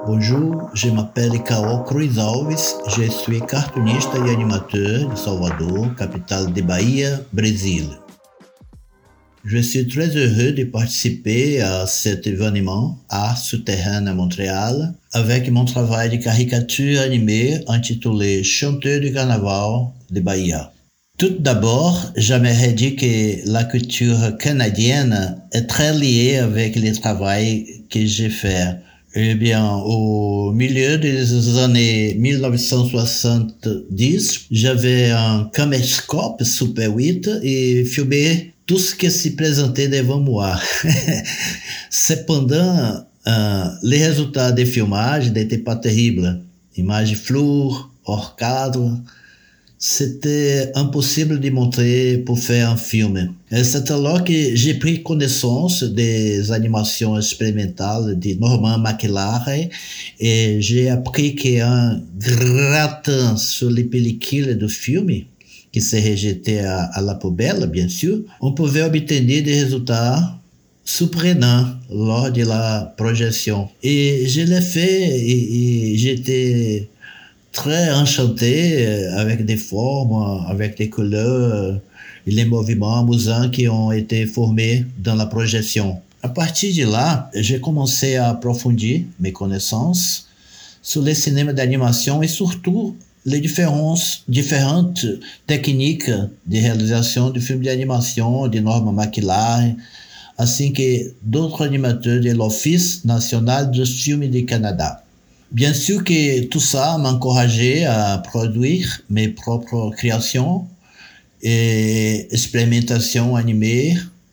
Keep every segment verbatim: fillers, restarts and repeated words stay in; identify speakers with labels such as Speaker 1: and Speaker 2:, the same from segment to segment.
Speaker 1: Bonjour, je m'appelle Kao Cruz Alves, je suis cartuniste et animateur de Salvador, capitale de Bahia, Brésil. Je suis très heureux de participer à cet événement Art Souterrain à Montréal avec mon travail de caricature animée intitulé Chanteur du Carnaval de Bahia. Tout d'abord, j'aimerais dire que la culture canadienne est très liée avec le travail que j'ai fait. Eh bien, au milieu des années dix-neuf cent soixante-dix, j'avais un caméscope Super huit et filmais tout ce qui se présentait devant moi. Cependant, euh, les résultats des filmages n'étaient pas terribles. Images floues, hors cadre. C'était impossible de montrer pour faire un film. Et c'est alors que j'ai pris connaissance des animations expérimentales de Norman McLaren et j'ai appris qu'un gratin sur les pellicules du film, qui se rejetait à, à la poubelle, bien sûr, on pouvait obtenir des résultats surprenants lors de la projection. Et je l'ai fait et, et j'étais très enchanté avec des formes, avec des couleurs et les mouvements amusants qui ont été formés dans la projection. À partir de là, j'ai commencé à approfondir mes connaissances sur le cinéma d'animation et surtout les différentes, différentes techniques de réalisation de films d'animation de Norman McLaren, ainsi que d'autres animateurs de l'Office national du film du Canada. Bien sûr que tout ça m'a encouragé à produire mes propres créations et expérimentations animées.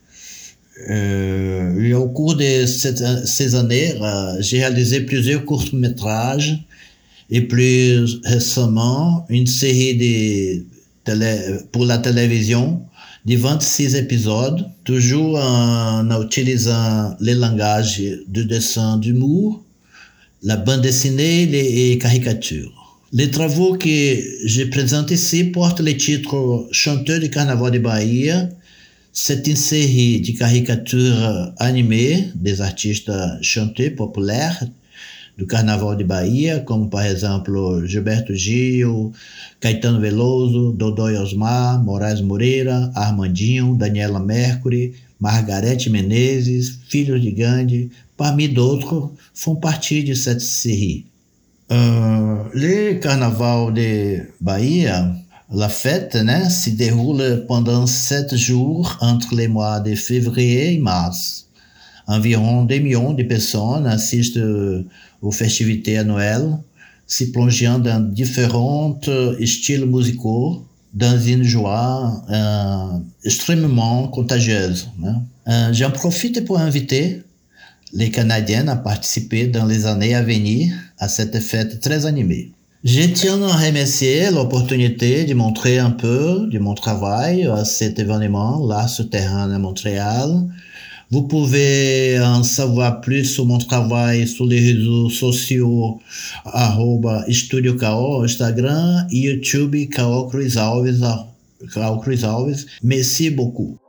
Speaker 1: Euh, et au cours de cette, ces années, euh, j'ai réalisé plusieurs courts-métrages et plus récemment une série de télé, pour la télévision de vingt-six épisodes, toujours en utilisant le langage du dessin d'humour, la bande dessinée et les caricatures. Les travaux que je présente ici portent le titre Chanteur du Carnaval de Bahia. C'est une série de caricatures animées des artistes chanteurs populaires do Carnaval de Bahia, como por exemplo Gilberto Gil, Caetano Veloso, Dodói Osmar, Moraes Moreira, Armandinho, Daniela Mercury, Margarete Menezes, Filhos de Gandhi, parmi d'autres, font partie de cette série. Euh, le Carnaval de Bahia, la fête, né, se déroule pendant sept jours entre les mois de février et mars. Environ deux millions de personnes assistent aux festivités annuelles, se plongeant dans différents styles musicaux, dans une joie euh, extrêmement contagieuse. Né? Euh, j'en profite pour inviter les Canadiens à participer dans les années à venir à cette fête très animée. Je tiens à remercier l'opportunité de montrer un peu de mon travail à cet événement, l'Art Souterrain à Montréal. Vous pouvez en savoir plus sur mon travail sur les réseaux sociaux arroba Estúdio Kao, Instagram, YouTube, Kao Cruz Alves, Kao Cruz Alves. Merci beaucoup.